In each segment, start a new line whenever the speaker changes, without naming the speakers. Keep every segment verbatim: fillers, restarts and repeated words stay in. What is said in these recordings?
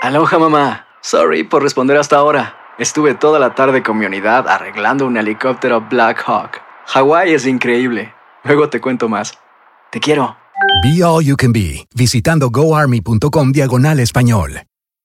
Aloha, mamá. Sorry por responder hasta ahora. Estuve toda la tarde con mi unidad arreglando un helicóptero Black Hawk. Hawái es increíble. Luego te cuento más. Te quiero.
Be All You Can Be, visitando goarmy.com diagonal español.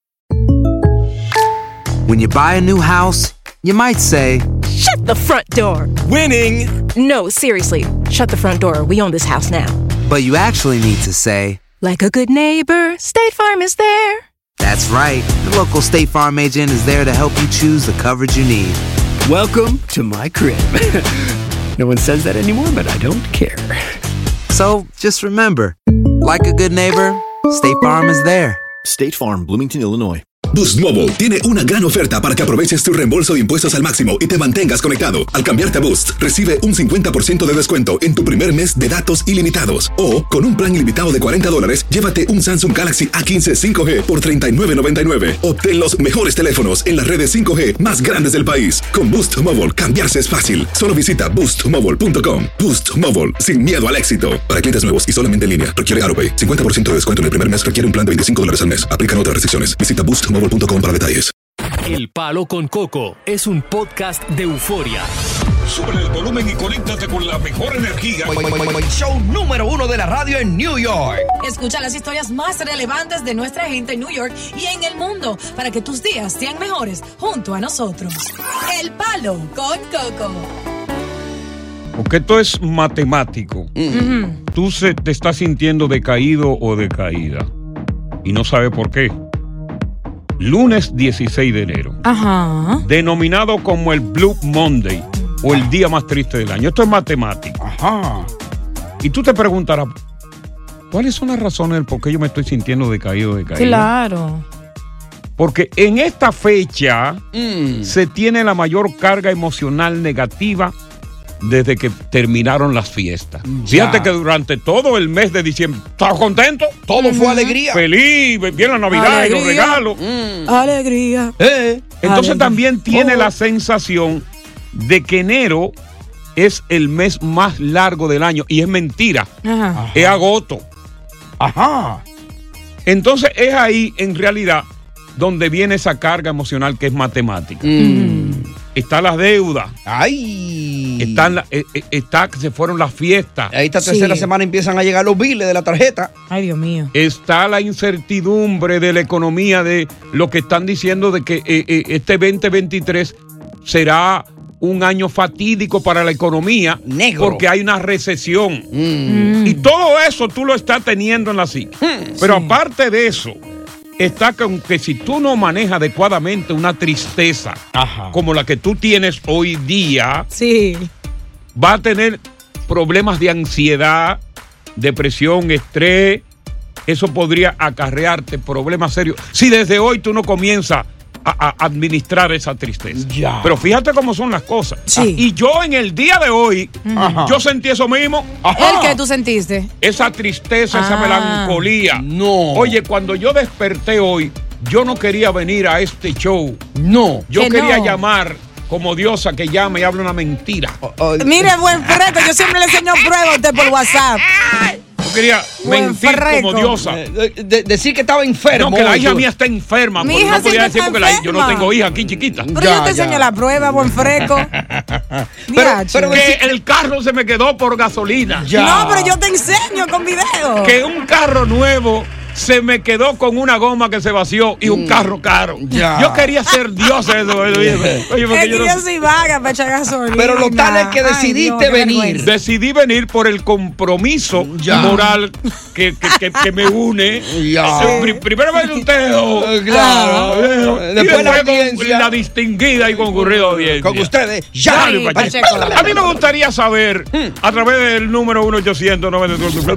When you buy a new house, you might say,
"Shut the front door."
Winning!
No, seriously. Shut the front door. We own this house now.
But you actually need to say,
like a good neighbor, State Farm is there.
That's right. The local State Farm agent is there to help you choose the coverage you need.
Welcome to my crib. No one says that anymore, but I don't care.
So, just remember, like a good neighbor, State Farm is there.
State Farm, Bloomington, Illinois.
Boost Mobile tiene una gran oferta para que aproveches tu reembolso de impuestos al máximo y te mantengas conectado. Al cambiarte a Boost, recibe un cincuenta por ciento de descuento en tu primer mes de datos ilimitados. O, con un plan ilimitado de cuarenta dólares, llévate un Samsung Galaxy A quince cinco G por treinta y nueve noventa y nueve. Obtén los mejores teléfonos en las redes cinco G más grandes del país. Con Boost Mobile, cambiarse es fácil. Solo visita boost mobile punto com. Boost Mobile, sin miedo al éxito. Para clientes nuevos y solamente en línea, requiere AutoPay. cincuenta por ciento de descuento en el primer mes requiere un plan de veinticinco dólares al mes. Aplican otras restricciones. Visita boost mobile punto com para detalles.
El Palo con Coco es un podcast de euforia.
Sube el volumen y conéctate con la mejor energía.
Show número uno de la radio en New York.
Escucha las historias más relevantes de nuestra gente en New York y en el mundo para que tus días sean mejores junto a nosotros. El Palo con Coco.
Porque esto es matemático. Mm. Tú se, te estás sintiendo decaído o decaída y no sabes por qué. Lunes dieciséis de enero.
Ajá.
Denominado como el Blue Monday o el día más triste del año. Esto es matemático.
Ajá.
Y tú te preguntarás, ¿cuáles son las razones del por qué yo me estoy sintiendo decaído o decaído?
Claro.
Porque en esta fecha
mm.
se tiene la mayor carga emocional negativa desde que terminaron las fiestas. Ya. Fíjate que durante todo el mes de diciembre, ¿estás contento?
Todo uh-huh. fue alegría.
Feliz, viene la Navidad alegría. Y los regalos.
Mm. Alegría.
Eh. Entonces
alegría.
También tiene
oh.
la sensación de que enero es el mes más largo del año. Y es mentira.
Ajá.
Es agosto.
Ajá.
Entonces es ahí, en realidad, donde viene esa carga emocional que es matemática.
Mm.
Está la deuda.
¡Ay!
Están la, eh, está que se fueron las fiestas.
Ahí esta tercera sí. semana empiezan a llegar los biles de la tarjeta.
Ay, Dios mío.
Está la incertidumbre de la economía, de lo que están diciendo de que eh, eh, este veinte veintitrés será un año fatídico para la economía.
Negro.
Porque hay una recesión.
Mm.
Y todo eso tú lo estás teniendo en la psique.
Mm,
Pero
sí.
aparte de eso, está con que si tú no manejas adecuadamente una tristeza
Ajá.
como la que tú tienes hoy día,
sí.
va a tener problemas de ansiedad, depresión, estrés. Eso podría acarrearte problemas serios si desde hoy tú no comienzas a, a administrar esa tristeza.
Ya.
Pero fíjate cómo son las cosas.
Sí.
Y yo en el día de hoy,
Ajá.
yo sentí eso mismo.
Ajá. ¿El qué tú sentiste?
Esa tristeza,
ah.
esa melancolía.
No.
Oye, cuando yo desperté hoy, yo no quería venir a este show.
No.
Yo
que
quería
no.
llamar como diosa que llame y hable una mentira.
Oh, oh,
Mire, buen freco, yo siempre le enseño pruebas a usted por WhatsApp.
Yo quería
Buen
mentir
freco.
como diosa.
De, de, decir que estaba enfermo.
No, que la hija
yo.
mía está enferma.
Mi
porque
hija
no podía
siempre
decir
está
porque la, yo no
enferma.
tengo hija aquí chiquita.
Pero
Ya,
yo te enseño
ya.
la prueba, buen freco.
Pero, pero
Que
decir-
el carro se me quedó por gasolina.
Ya.
No, pero yo te enseño con video.
Que un carro nuevo se me quedó con una goma que se vació y un carro caro.
Ya.
Yo quería ser diosa de eso. Oye, oye, porque
Es
yo
que
no-
yo soy vaga para echar gasolina.
Pero lo tal es que
Ay,
decidiste
Dios, qué
venir.
vergüenza.
Decidí venir por el compromiso
Ya.
moral que, que, que, que me une.
Ya.
Eh, pri- primero me ustedes.
Eh, claro.
Y
Después la
después con
audiencia.
la distinguida y concurrida audiencia.
Con ustedes, ya.
Dale,
Sí,
Pacheco.
Pacheco.
A mí me gustaría saber, a través del número uno ochocientos noventa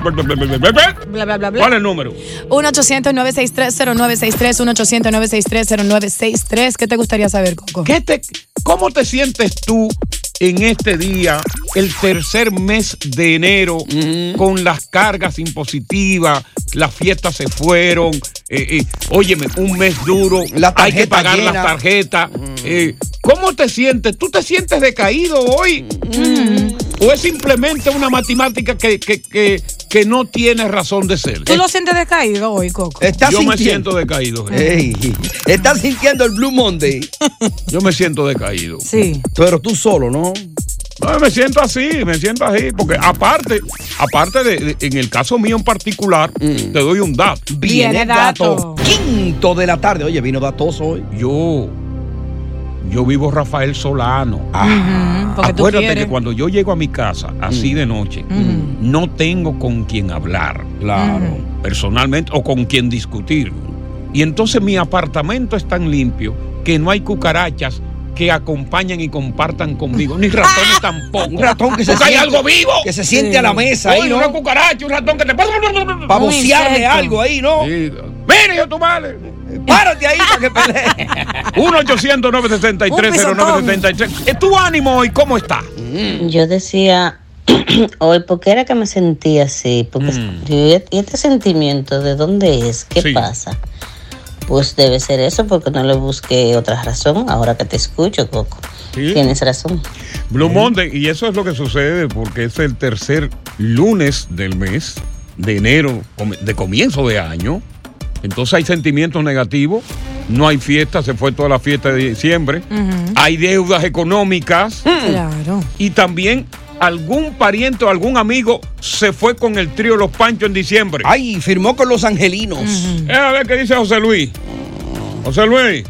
Bla, bla, bla, bla.
¿cuál es el número?
uno ochocientos nueve seis tres cero nueve seis tres, uno ochocientos nueve seis tres cero nueve seis tres. ¿Qué te gustaría saber, Coco?
¿Qué te, ¿Cómo te sientes tú en este día, el tercer mes de enero, uh-huh. con las cargas impositivas? Las fiestas se fueron. Eh, eh, óyeme, un mes duro.
La
hay que
tarjeta
pagar
llena.
las tarjetas. Uh-huh. Eh, ¿Cómo te sientes? ¿Tú te sientes decaído hoy?
Uh-huh.
o es simplemente una matemática que, que, que, que no tiene razón de ser?
¿Tú lo sientes decaído hoy, Coco?
¿Estás Yo sintiendo? me siento decaído.
Hey, ¿estás sintiendo el Blue Monday?
Yo me siento decaído.
Sí.
Pero tú solo, ¿no?
No, me siento así, me siento así, porque aparte, aparte de, de en el caso mío en particular, mm. te doy un dato.
Viene dato. Quinto de la tarde. Oye, vino datoso hoy.
Yo, yo vivo Rafael Solano.
Uh-huh,
Acuérdate que cuando yo llego a mi casa, así mm. de noche, mm. no tengo con quien hablar.
Claro.
Mm. Personalmente, o con quien discutir. Y entonces mi apartamento es tan limpio que no hay cucarachas que acompañan y compartan conmigo, ni ratones tampoco.
Un ratón que se
siente,
hay
algo vivo
que se siente sí. a la mesa.
Oye,
ahí, ¿no?
Una cucaracha, un ratón que te pasa
para bocearle algo ahí, ¿no?
Sí. Mire, yo tu madre.
Párate ahí para que pelee.
uno ochocientos, nueve seis tres, cero nueve seis tres. ¿Es tu ánimo hoy? ¿Cómo está?
Mm. Yo decía hoy, ¿por qué era que me sentía así? Porque mm. ¿y este sentimiento de dónde es? ¿Qué sí. pasa? Pues debe ser eso, porque no le busqué otra razón. Ahora que te escucho, Coco, ¿sí? Tienes razón.
Blue Monday, y eso es lo que sucede porque es el tercer lunes del mes de enero, de comienzo de año. Entonces hay sentimientos negativos, no hay fiesta, se fue toda la fiesta de diciembre, uh-huh. hay deudas económicas,
claro.
Y también algún pariente o algún amigo se fue con el trío Los Panchos en diciembre.
Ay, firmó con los angelinos.
Uh-huh. Eh, a ver qué dice José Luis. José Luis.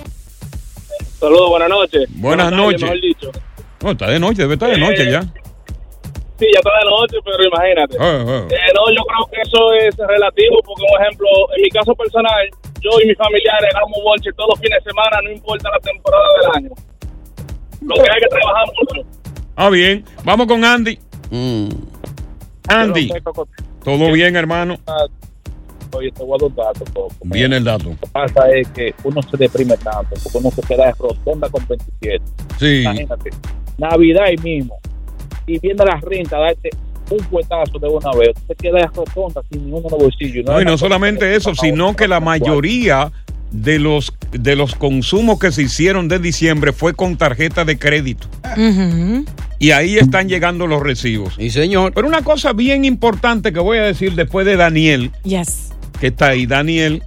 Saludos, buenas noches.
Buenas, buenas noches. Mejor dicho. No, está de noche, debe estar de noche eh, ya.
Sí, ya está de noche, pero imagínate.
Oh, oh.
Eh, no, yo creo que eso es relativo, porque, por ejemplo, en mi caso personal, yo y mis familiares damos bonche todos los fines de semana, no importa la temporada del año. Lo que hay que trabajar mucho.
Ah, bien. Vamos con Andy. Mm. Andy. ¿Todo bien, hermano?
Oye, te voy a dar un dato, Coco.
Viene el dato.
Lo que pasa es que uno se deprime tanto, porque uno se queda de rotonda con veintisiete.
Sí.
Imagínate, Navidad ahí mismo, y viendo las rentas, darte un puestazo de una vez, te quedas de rotonda sin ninguno en los bolsillos.
No, y no solamente eso, sino que la mayoría de los de los consumos que se hicieron de diciembre fue con tarjeta de crédito.
Uh-huh.
Y ahí están llegando los recibos.
Sí, señor.
Pero una cosa bien importante que voy a decir después de Daniel,
yes.
que está ahí, Daniel.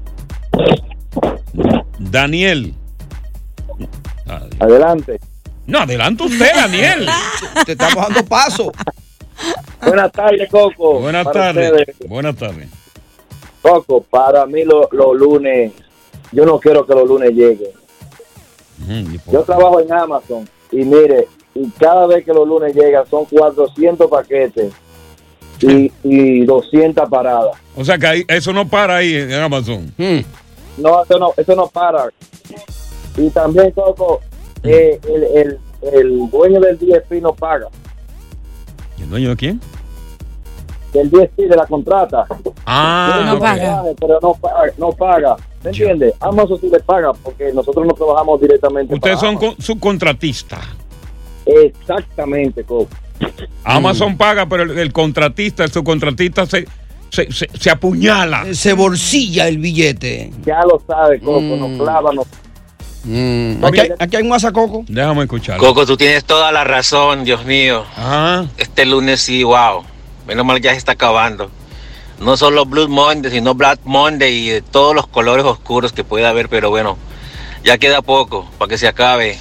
Daniel.
Adelante.
No, adelante usted, Daniel.
Te estamos dando paso.
Buenas tardes, Coco.
Buenas tardes. Buenas tardes.
Coco, para mí los lo lunes, yo no quiero que los lunes lleguen.
Mm,
yo trabajo en Amazon y mire, y cada vez que los lunes llegan son cuatrocientos paquetes y, y doscientas paradas.
O sea que ahí, eso no para ahí en Amazon.
Mm.
No, eso no, eso no para. Y también, Coco, mm. eh, el, el, el dueño del D S P no paga.
¿Y el dueño de quién?
Del D S P, de la contrata.
Ah,
no paga.
Pero no paga, no paga. ¿Me entiendes? Amazon sí le paga porque nosotros no trabajamos directamente.
Ustedes son con, subcontratistas.
Exactamente, Coco.
Amazon mm. paga, pero el, el contratista, el subcontratista se, se, se, se apuñala.
Se bolsilla el billete.
Ya lo sabe, Coco, mm. nos clava, nos...
Mm. Aquí, hay, aquí hay un masa, Coco.
Déjame escuchar.
Coco, tú tienes toda la razón, Dios mío.
Ajá.
Este lunes sí, wow. Menos mal ya se está acabando. No solo Blue Monday, sino Black Monday y de todos los colores oscuros que pueda haber, pero bueno, ya queda poco para que se acabe.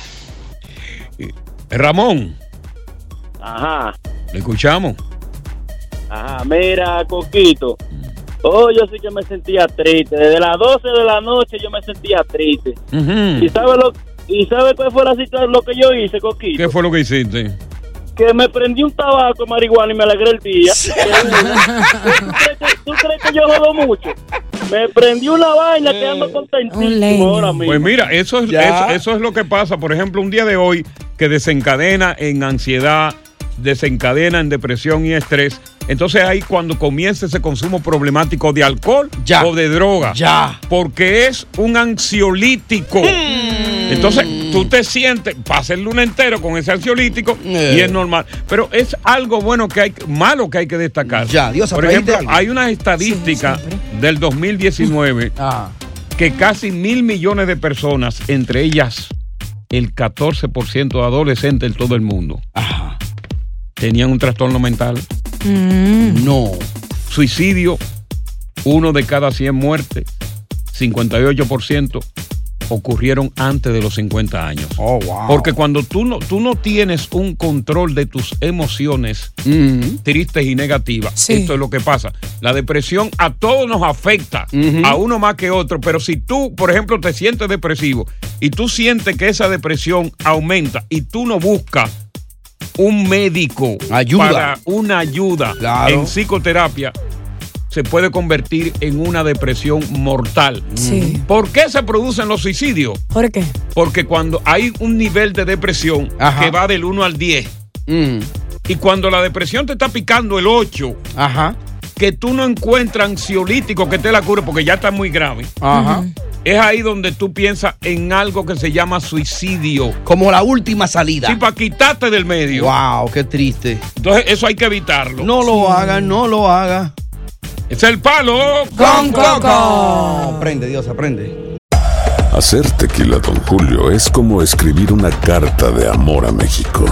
Ramón.
Ajá.
¿Le escuchamos?
Ajá, mira, Coquito. Oh, yo sí que me sentía triste. Desde las doce de la noche yo me sentía triste.
Uh-huh.
¿Y sabes lo, y sabe cuál fue la situación, lo que yo hice, Coquito?
¿Qué fue lo que hiciste?
Que me prendí un tabaco de marihuana y me alegré el día. ¿Tú, crees que, ¿Tú crees que yo jodo mucho? Me prendí una vaina que ando contentísimo ahora mismo.
Pues mira, eso es, eso, eso es lo que pasa. Por ejemplo, un día de hoy que desencadena en ansiedad, desencadena en depresión y estrés. Entonces ahí cuando comienza ese consumo problemático de alcohol
ya.
o de droga.
Ya.
Porque es un ansiolítico. Mm. Entonces tú te sientes, pasa el lunes entero con ese ansiolítico eh. y es normal. Pero es algo bueno que hay, malo que hay que destacar.
Ya, Dios,
por ejemplo, hay una estadística sí, del dos mil diecinueve
ah.
que casi mil millones de personas, entre ellas el catorce por ciento de adolescentes en todo el mundo,
Ajá.
tenían un trastorno mental.
Mm.
No.
Suicidio, uno de cada cien muertes, cincuenta y ocho por ciento ocurrieron antes de los cincuenta años.
Oh, wow.
Porque cuando tú no, tú no tienes un control de tus emociones
Mm-hmm.
tristes y negativas,
Sí.
esto es lo que pasa. La depresión a todos nos afecta,
Mm-hmm.
a uno más que otro, pero si tú, por ejemplo, te sientes depresivo y tú sientes que esa depresión aumenta y tú no buscas un médico
Ayuda.
para una ayuda
Claro.
en psicoterapia, se puede convertir en una depresión mortal.
Sí.
¿Por qué se producen los suicidios?
¿Por qué?
Porque cuando hay un nivel de depresión
Ajá.
que va del uno al diez,
Mm.
y cuando la depresión te está picando el ocho,
Ajá.
que tú no encuentras ansiolítico que te la cure porque ya está muy grave,
Ajá.
es ahí donde tú piensas en algo que se llama suicidio.
Como la última salida.
Sí, para quitarte del medio.
Wow, qué triste.
Entonces, eso hay que evitarlo.
No lo hagan, no lo hagan.
Es el palo
Con Coco.
Aprende, Dios, aprende.
Hacer tequila Don Julio es como escribir una carta de amor a México.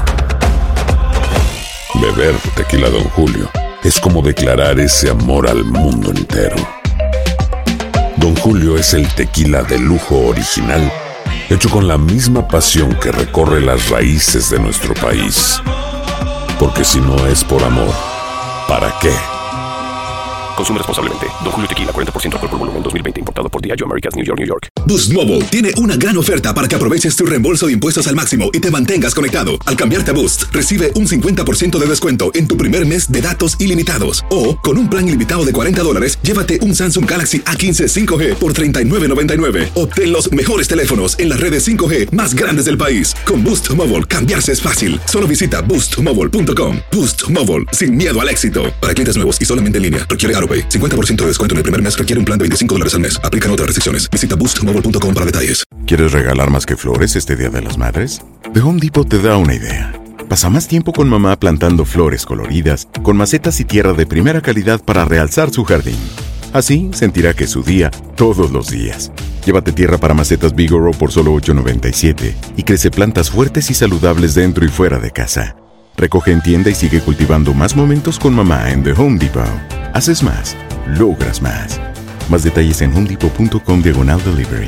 Beber tequila Don Julio es como declarar ese amor al mundo entero. Don Julio es el tequila de lujo original, hecho con la misma pasión que recorre las raíces de nuestro país. Porque si no es por amor, ¿para qué?
Consume responsablemente. Don Julio Tequila, cuarenta por ciento alcohol por volumen, dos mil veinte. Importado por Diageo Americas, New York, New York.
Boost Mobile tiene una gran oferta para que aproveches tu reembolso de impuestos al máximo y te mantengas conectado. Al cambiarte a Boost, recibe un cincuenta por ciento de descuento en tu primer mes de datos ilimitados. O, con un plan ilimitado de cuarenta dólares, llévate un Samsung Galaxy A quince cinco G por treinta y nueve noventa y nueve. Obtén los mejores teléfonos en las redes cinco G más grandes del país. Con Boost Mobile, cambiarse es fácil. Solo visita boost mobile punto com. Boost Mobile, sin miedo al éxito. Para clientes nuevos y solamente en línea, requiere AutoPay. cincuenta por ciento de descuento en el primer mes requiere un plan de veinticinco dólares al mes. Aplican otras restricciones. Visita boost mobile punto com para detalles.
¿Quieres regalar más que flores este Día de las Madres? The Home Depot te da una idea. Pasa más tiempo con mamá plantando flores coloridas, con macetas y tierra de primera calidad para realzar su jardín. Así sentirá que es su día todos los días. Llévate tierra para macetas Vigoro por solo ocho noventa y siete y crece plantas fuertes y saludables dentro y fuera de casa. Recoge en tienda y sigue cultivando más momentos con mamá en The Home Depot. Haces más, logras más. Más detalles en homedepot punto com diagonal delivery.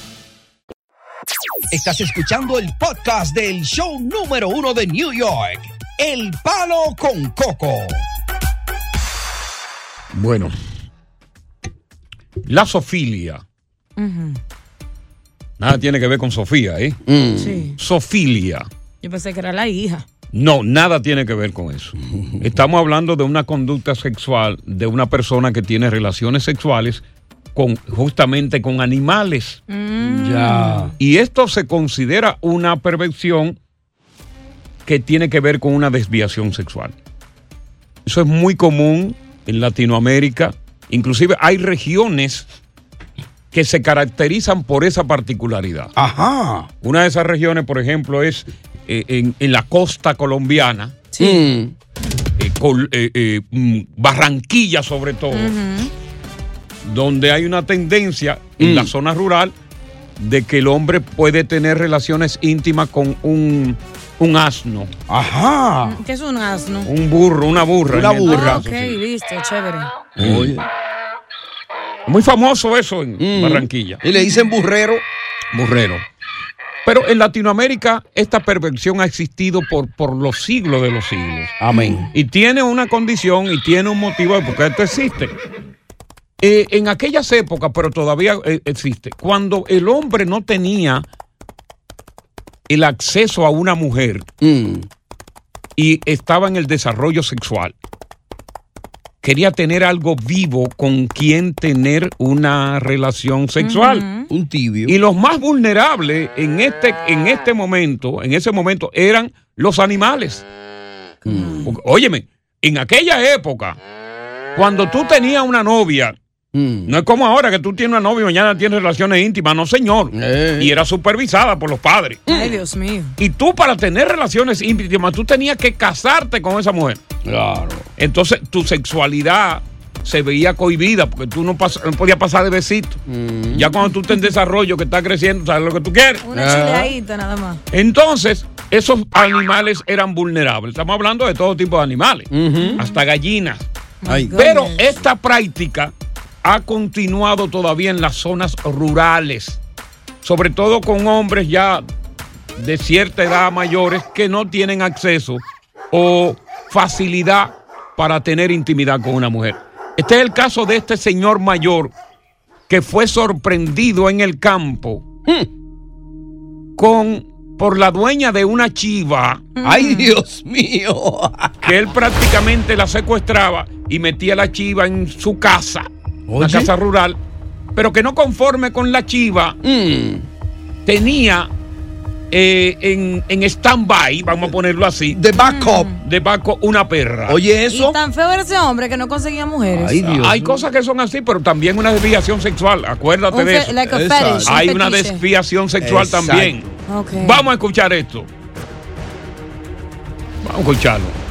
Estás escuchando el podcast del show número uno de New York, El Palo con Coco.
Bueno, la zoofilia.
Ujú.
Nada tiene que ver con Sofía, ¿eh?
Mm.
Sí.
Zoofilia.
Yo pensé que era la hija.
No, nada tiene que ver con eso. Estamos hablando de una conducta sexual de una persona que tiene relaciones sexuales con justamente con animales.
Mm.
Ya.
Y esto se considera una perversión que tiene que ver con una desviación sexual. Eso es muy común en Latinoamérica. Inclusive hay regiones que se caracterizan por esa particularidad.
Ajá.
Una de esas regiones, por ejemplo, es eh, en, en la costa colombiana.
Sí.
Eh, col- eh, eh, mm, Barranquilla sobre todo.
Ujú.
Donde hay una tendencia en
Mm.
la zona rural de que el hombre puede tener relaciones íntimas con un, un asno,
Ajá.
¿Qué es un asno?
un burro, una burra.
Una
en este
burra.
Ah,
caso,
ok,
sí.
listo, chévere.
Oye.
Muy famoso eso en
Mm.
Barranquilla.
Y le dicen burrero.
Burrero. Pero en Latinoamérica esta perversión ha existido por, por los siglos de los siglos.
Amén.
Y tiene una condición y tiene un motivo de por qué esto existe. Eh, en aquellas épocas, pero todavía eh, existe, cuando el hombre no tenía el acceso a una mujer
Mm.
y estaba en el desarrollo sexual, quería tener algo vivo con quien tener una relación sexual.
Un tibio.
Y los más vulnerables en este, en este momento, en ese momento, eran los animales. Porque, óyeme, en aquella época, cuando tú tenías una novia,
Mm.
no es como ahora que tú tienes una novia y mañana tienes relaciones íntimas, no señor.
Eh.
Y era supervisada por los padres.
Ay, Dios mío.
Y tú para tener relaciones íntimas, tú tenías que casarte con esa mujer.
Claro.
Entonces tu sexualidad se veía cohibida porque tú no, pas- no podías pasar de besito. Ya cuando tú estás en desarrollo, que estás creciendo, sabes lo que tú quieres.
Una
Ah.
chileadita nada más.
Entonces, esos animales eran vulnerables. Estamos hablando de todo tipo de animales, uh-huh. hasta gallinas. Ay, pero esta práctica ha continuado todavía en las zonas rurales, sobre todo con hombres ya de cierta edad mayores que no tienen acceso o facilidad para tener intimidad con una mujer. Este es el caso de este señor mayor que fue sorprendido en el campo hmm. con por la dueña de una chiva.
¡Ay, Dios mío!
Que él prácticamente la secuestraba y metía la chiva en su casa, ¿Oye? Una casa rural, pero que no conforme con la chiva, mm. tenía eh, en, en stand-by, vamos a ponerlo así,
de backup,
mm. de backup una perra.
Oye, eso.
Y tan feo era ese hombre que no conseguía mujeres.
Ay, Dios. Hay cosas que son así, pero también una desviación sexual, acuérdate Un de eso.
Like a fetish,
Hay
un
una desviación sexual Exacto. también.
Okay.
Vamos a escuchar esto. Vamos a escucharlo.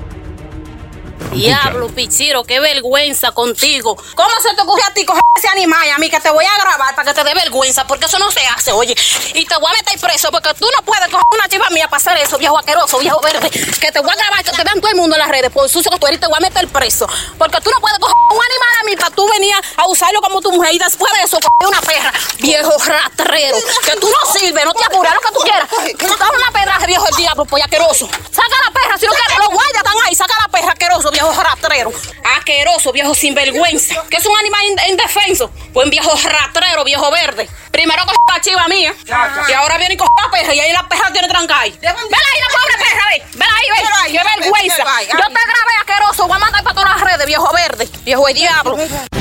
Diablo, Pichiro, qué vergüenza contigo. ¿Cómo se te ocurre a ti coger ese animal y a mí que te voy a grabar para que te dé vergüenza? Porque eso no se hace, oye. Y te voy a meter preso porque tú no puedes coger una chiva mía para hacer eso, viejo asqueroso, viejo verde. Que te voy a grabar, que te vean todo el mundo en las redes por sucio que tú eres y te voy a meter preso. Porque tú no puedes coger un animal a mí para tú venir a usarlo como tu mujer y después de eso coger una perra, viejo rastrero. Que tú no sirves, no te apures, lo que tú quieras. Que tú coges una perra, viejo el diablo, pues asqueroso. Saca la perra, si no quieres, los guardias están ahí, saca la perra, asqueroso, viejo rastrero, asqueroso, viejo sinvergüenza, que es un animal indefenso, buen viejo rastrero, viejo verde. Primero cogió la chiva mía y ahora viene y coge la perra y ahí la perra tiene trancada ahí. Vela ahí la pobre perra, ve, vela ahí, ve, qué vergüenza. Yo te grabé asqueroso, voy a mandar para todas las redes, viejo verde, viejo el diablo.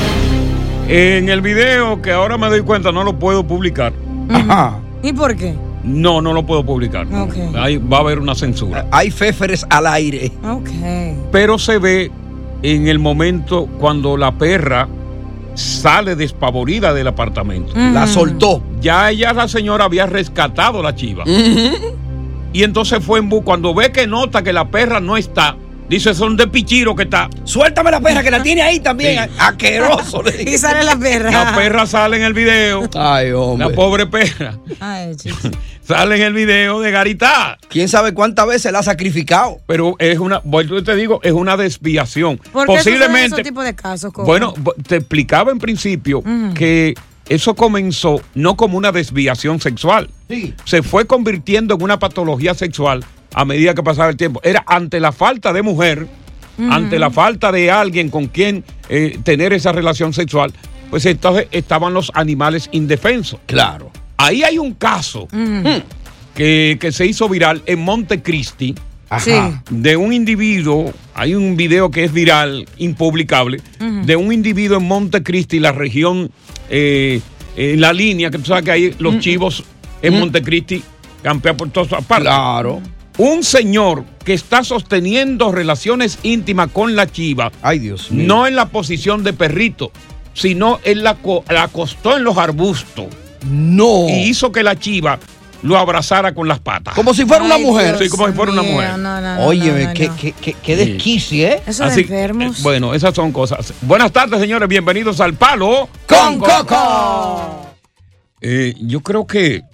En el video que ahora me doy cuenta no lo puedo publicar.
Ajá. ¿Y por qué?
No, no lo puedo publicar.
Okay.
Ahí va a haber una censura.
Hay féferes al aire.
Okay.
Pero se ve en el momento cuando la perra sale despavorida del apartamento.
Uh-huh. La soltó.
Ya ella, la señora, había rescatado la chiva. Uh-huh. Y entonces fue en bus. Cuando ve que nota que la perra no está, dice, son de Pichiro que está.
Suéltame la perra que la tiene ahí también. Sí. Asqueroso.
Y sale la perra.
La perra sale en el video.
Ay, hombre.
La pobre perra.
Ay, chico.
Sale en el video de Garitá.
¿Quién sabe cuántas veces la ha sacrificado?
Pero es una, yo te digo, es una desviación.
¿Por qué
Posiblemente.
Ese tipo de casos? ¿Cómo?
Bueno, te explicaba en principio uh-huh. que eso comenzó no como una desviación sexual.
Sí.
Se fue convirtiendo en una patología sexual a medida que pasaba el tiempo. Era ante la falta de mujer, uh-huh. ante la falta de alguien con quien eh, tener esa relación sexual, pues entonces estaban los animales indefensos.
Claro.
Ahí hay un caso uh-huh. que, que se hizo viral en Montecristi.
Ajá.
De un individuo, hay un video que es viral, impublicable, uh-huh. de un individuo en Montecristi, la región, eh, en la línea, que tú sabes que hay los uh-huh. chivos en uh-huh. Montecristi, campean por todas partes.
Claro.
Un señor que está sosteniendo relaciones íntimas con la chiva.
Ay, Dios mío.
No en la posición de perrito, sino él la, la acostó en los arbustos.
No.
Y hizo que la chiva lo abrazara con las patas.
Como si fuera
Ay,
una mujer.
Sí, como si fuera una mujer.
No, no, no,
Óyeme,
no, no,
qué,
no.
qué, qué, qué desquicie, ¿eh?
Eso
Así,
de enfermos.
Eh, bueno, esas son cosas. Buenas tardes, señores. Bienvenidos al Palo
con Coco.
Eh, yo creo que,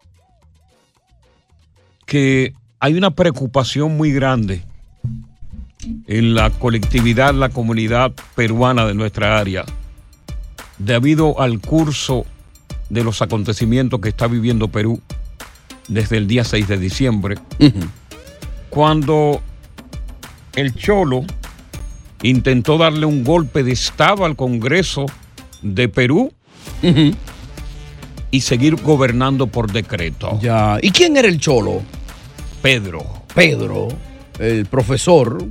que hay una preocupación muy grande en la colectividad, la comunidad peruana de nuestra área, debido al curso de los acontecimientos que está viviendo Perú desde el día seis de diciembre, uh-huh. cuando el Cholo intentó darle un golpe de Estado al Congreso de Perú uh-huh. y seguir gobernando por decreto.
Ya. ¿Y quién era el Cholo?
Pedro.
Pedro, el profesor.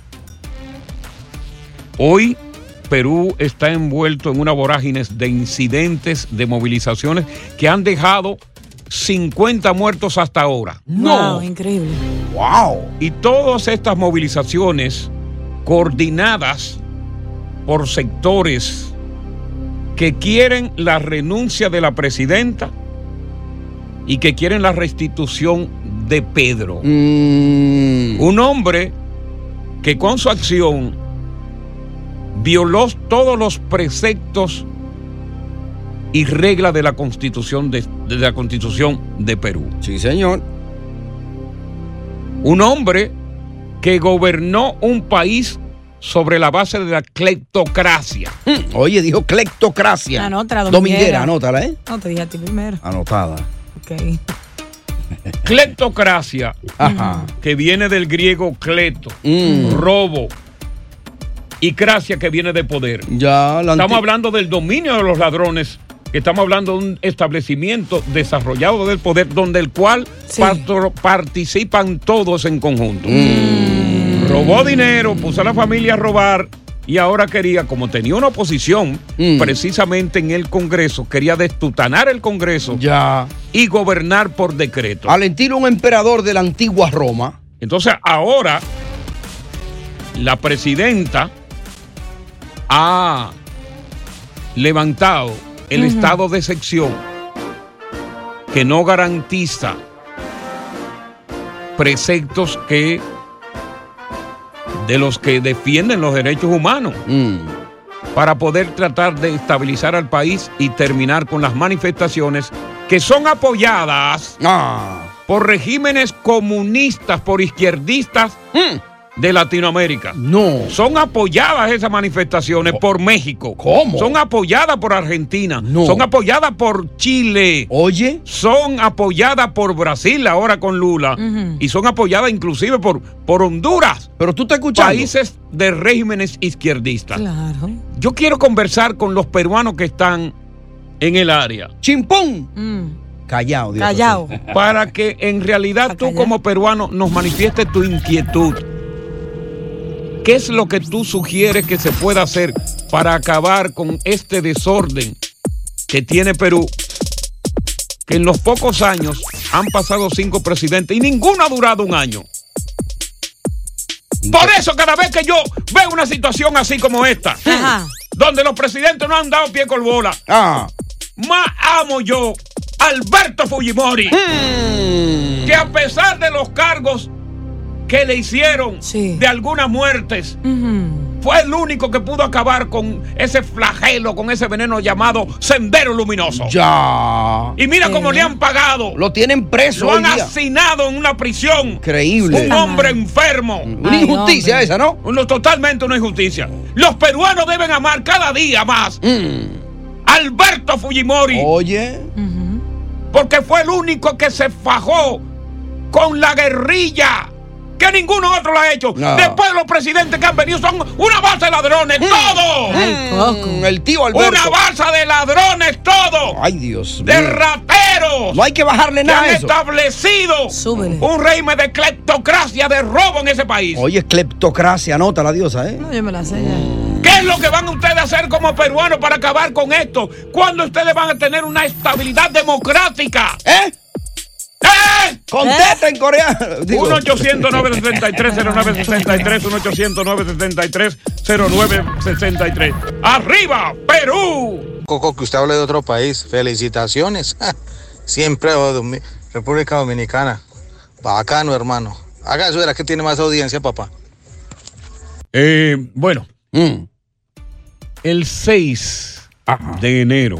Hoy Perú está envuelto en una vorágine de incidentes, de movilizaciones que han dejado cincuenta muertos hasta ahora.
No, wow, increíble.
Wow.
Y todas estas movilizaciones coordinadas por sectores que quieren la renuncia de la presidenta y que quieren la restitución de Pedro.
Mm.
Un hombre que con su acción violó todos los preceptos y reglas de la Constitución de, de la Constitución de Perú.
Sí, señor.
Un hombre que gobernó un país sobre la base de la cleptocracia.
Mm, oye, dijo cleptocracia.
Anótala, don
Dominguera,
Miguel.
anótala, ¿eh?
No, te dije a ti primero.
Anotada.
Ok.
Cleptocracia,
Ajá.
que viene del griego cleto,
Mm.
robo, y cracia, que viene de poder.
Ya, la
Estamos
anti-
hablando del dominio de los ladrones, que estamos hablando de un establecimiento desarrollado del poder, donde el cual
Sí.
patro- participan todos en conjunto.
Mm.
Robó dinero, puso a la familia a robar, y ahora quería, como tenía una oposición,
Mm.
precisamente en el Congreso, quería destutanar el Congreso
Ya.
y gobernar por decreto.
Al estilo un emperador de la antigua Roma.
Entonces ahora la presidenta ha levantado el
Ujú.
estado de excepción que no garantiza preceptos que de los que defienden los derechos humanos
Mm.
para poder tratar de estabilizar al país y terminar con las manifestaciones que son apoyadas
Ah.
por regímenes comunistas, por izquierdistas
Mm.
de Latinoamérica.
No.
Son apoyadas esas manifestaciones por México.
¿Cómo?
Son apoyadas por Argentina.
No.
Son apoyadas por Chile.
Oye.
Son apoyadas por Brasil ahora con Lula.
Ujú.
Y son apoyadas inclusive por, por Honduras.
Pero tú estás escuchando.
Países de regímenes izquierdistas.
Claro.
Yo quiero conversar con los peruanos que están en el área.
¡Chimpún!
Mm.
Callao, Dios.
Callao.
Para que en realidad tú
callar.
como peruano nos manifiestes tu inquietud. ¿Qué es lo que tú sugieres que se pueda hacer para acabar con este desorden que tiene Perú? Que en los pocos años han pasado cinco presidentes y ninguno ha durado un año. Por eso cada vez que yo veo una situación así como esta,
Ajá.
donde los presidentes no han dado pie con bola,
Ah.
más amo yo a Alberto Fujimori,
Mm.
que a pesar de los cargos que le hicieron
Sí.
de algunas muertes,
Ujú.
fue el único que pudo acabar con ese flagelo, con ese veneno llamado Sendero Luminoso.
Ya.
Y mira cómo le han pagado.
Lo tienen preso
Lo
hoy
han
día.
hacinado en una prisión.
Increíble.
Un hombre enfermo.
Una
Ay,
injusticia
hombre.
esa, ¿no?
Uno, totalmente una injusticia. Los peruanos deben amar cada día más
Mm.
a Alberto Fujimori.
Oye.
Ujú.
Porque fue el único que se fajó con la guerrilla, que ninguno otro lo ha hecho.
No.
Después los presidentes que han venido son una balsa de ladrones, todos.
Ay, Coco.
Mm, el tío Alberto.
Una balsa de ladrones, todos.
Ay, Dios
De
mío.
rateros.
No hay que bajarle
Que
nada
han
a eso.
establecido
Súbele.
un régimen de cleptocracia, de robo en ese país.
Oye, cleptocracia, anota la diosa, ¿eh?
No, yo me la sé ya.
¿Qué es lo que van ustedes a hacer como peruanos para acabar con esto? ¿Cuándo ustedes van a tener una estabilidad democrática?
¿Eh?
¿Eh?
Contesta en coreano. Digo.
uno ochocientos nueve sesenta y tres cero nueve sesenta y tres, uno ochocientos nueve sesenta y tres cero nueve sesenta y tres. ¡Arriba, Perú!
Coco, que usted hable de otro país. Felicitaciones. Siempre oh, Domi- República Dominicana. Bacano, hermano. Haga eso, era que tiene más audiencia, papá.
Eh, bueno,
Mm.
el seis de enero,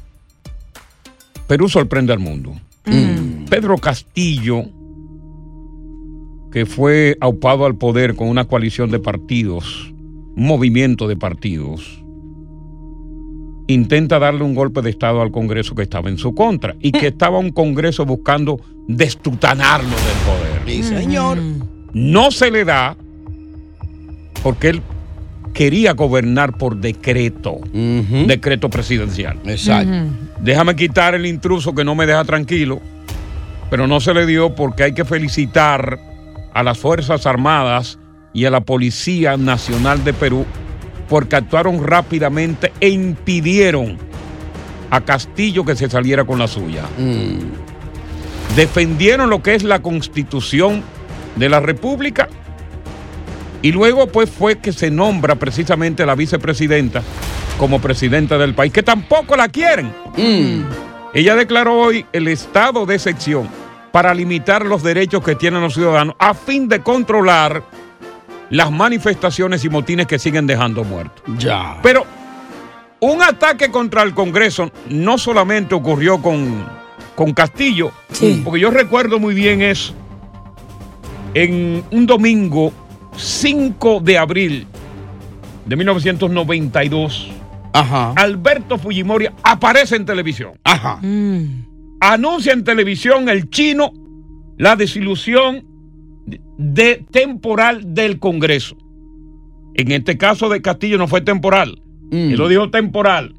Perú sorprende al mundo.
Mm.
Pedro Castillo, que fue aupado al poder con una coalición de partidos, un movimiento de partidos, intenta darle un golpe de Estado al Congreso que estaba en su contra y que estaba un Congreso buscando destutanarlo del poder.
Sí, señor.
No se le da porque él quería gobernar por decreto,
Ujú.
decreto presidencial.
Exacto.
Déjame quitar el intruso que no me deja tranquilo, pero no se le dio porque hay que felicitar a las Fuerzas Armadas y a la Policía Nacional de Perú porque actuaron rápidamente e impidieron a Castillo que se saliera con la suya.
Mm.
Defendieron lo que es la Constitución de la República y luego pues fue que se nombra precisamente la vicepresidenta como presidenta del país, que tampoco la quieren.
Mm.
Ella declaró hoy el estado de excepción para limitar los derechos que tienen los ciudadanos a fin de controlar las manifestaciones y motines que siguen dejando muertos.
Ya.
Pero un ataque contra el Congreso no solamente ocurrió con, con Castillo,
Sí.
porque yo recuerdo muy bien eso. en un domingo cinco de abril de mil novecientos noventa y dos,
Ajá.
Alberto Fujimori aparece en televisión.
Ajá.
Mm.
Anuncia en televisión el chino la disolución de temporal del Congreso. En este caso de Castillo no fue temporal.
Mm.
Él lo dijo temporal.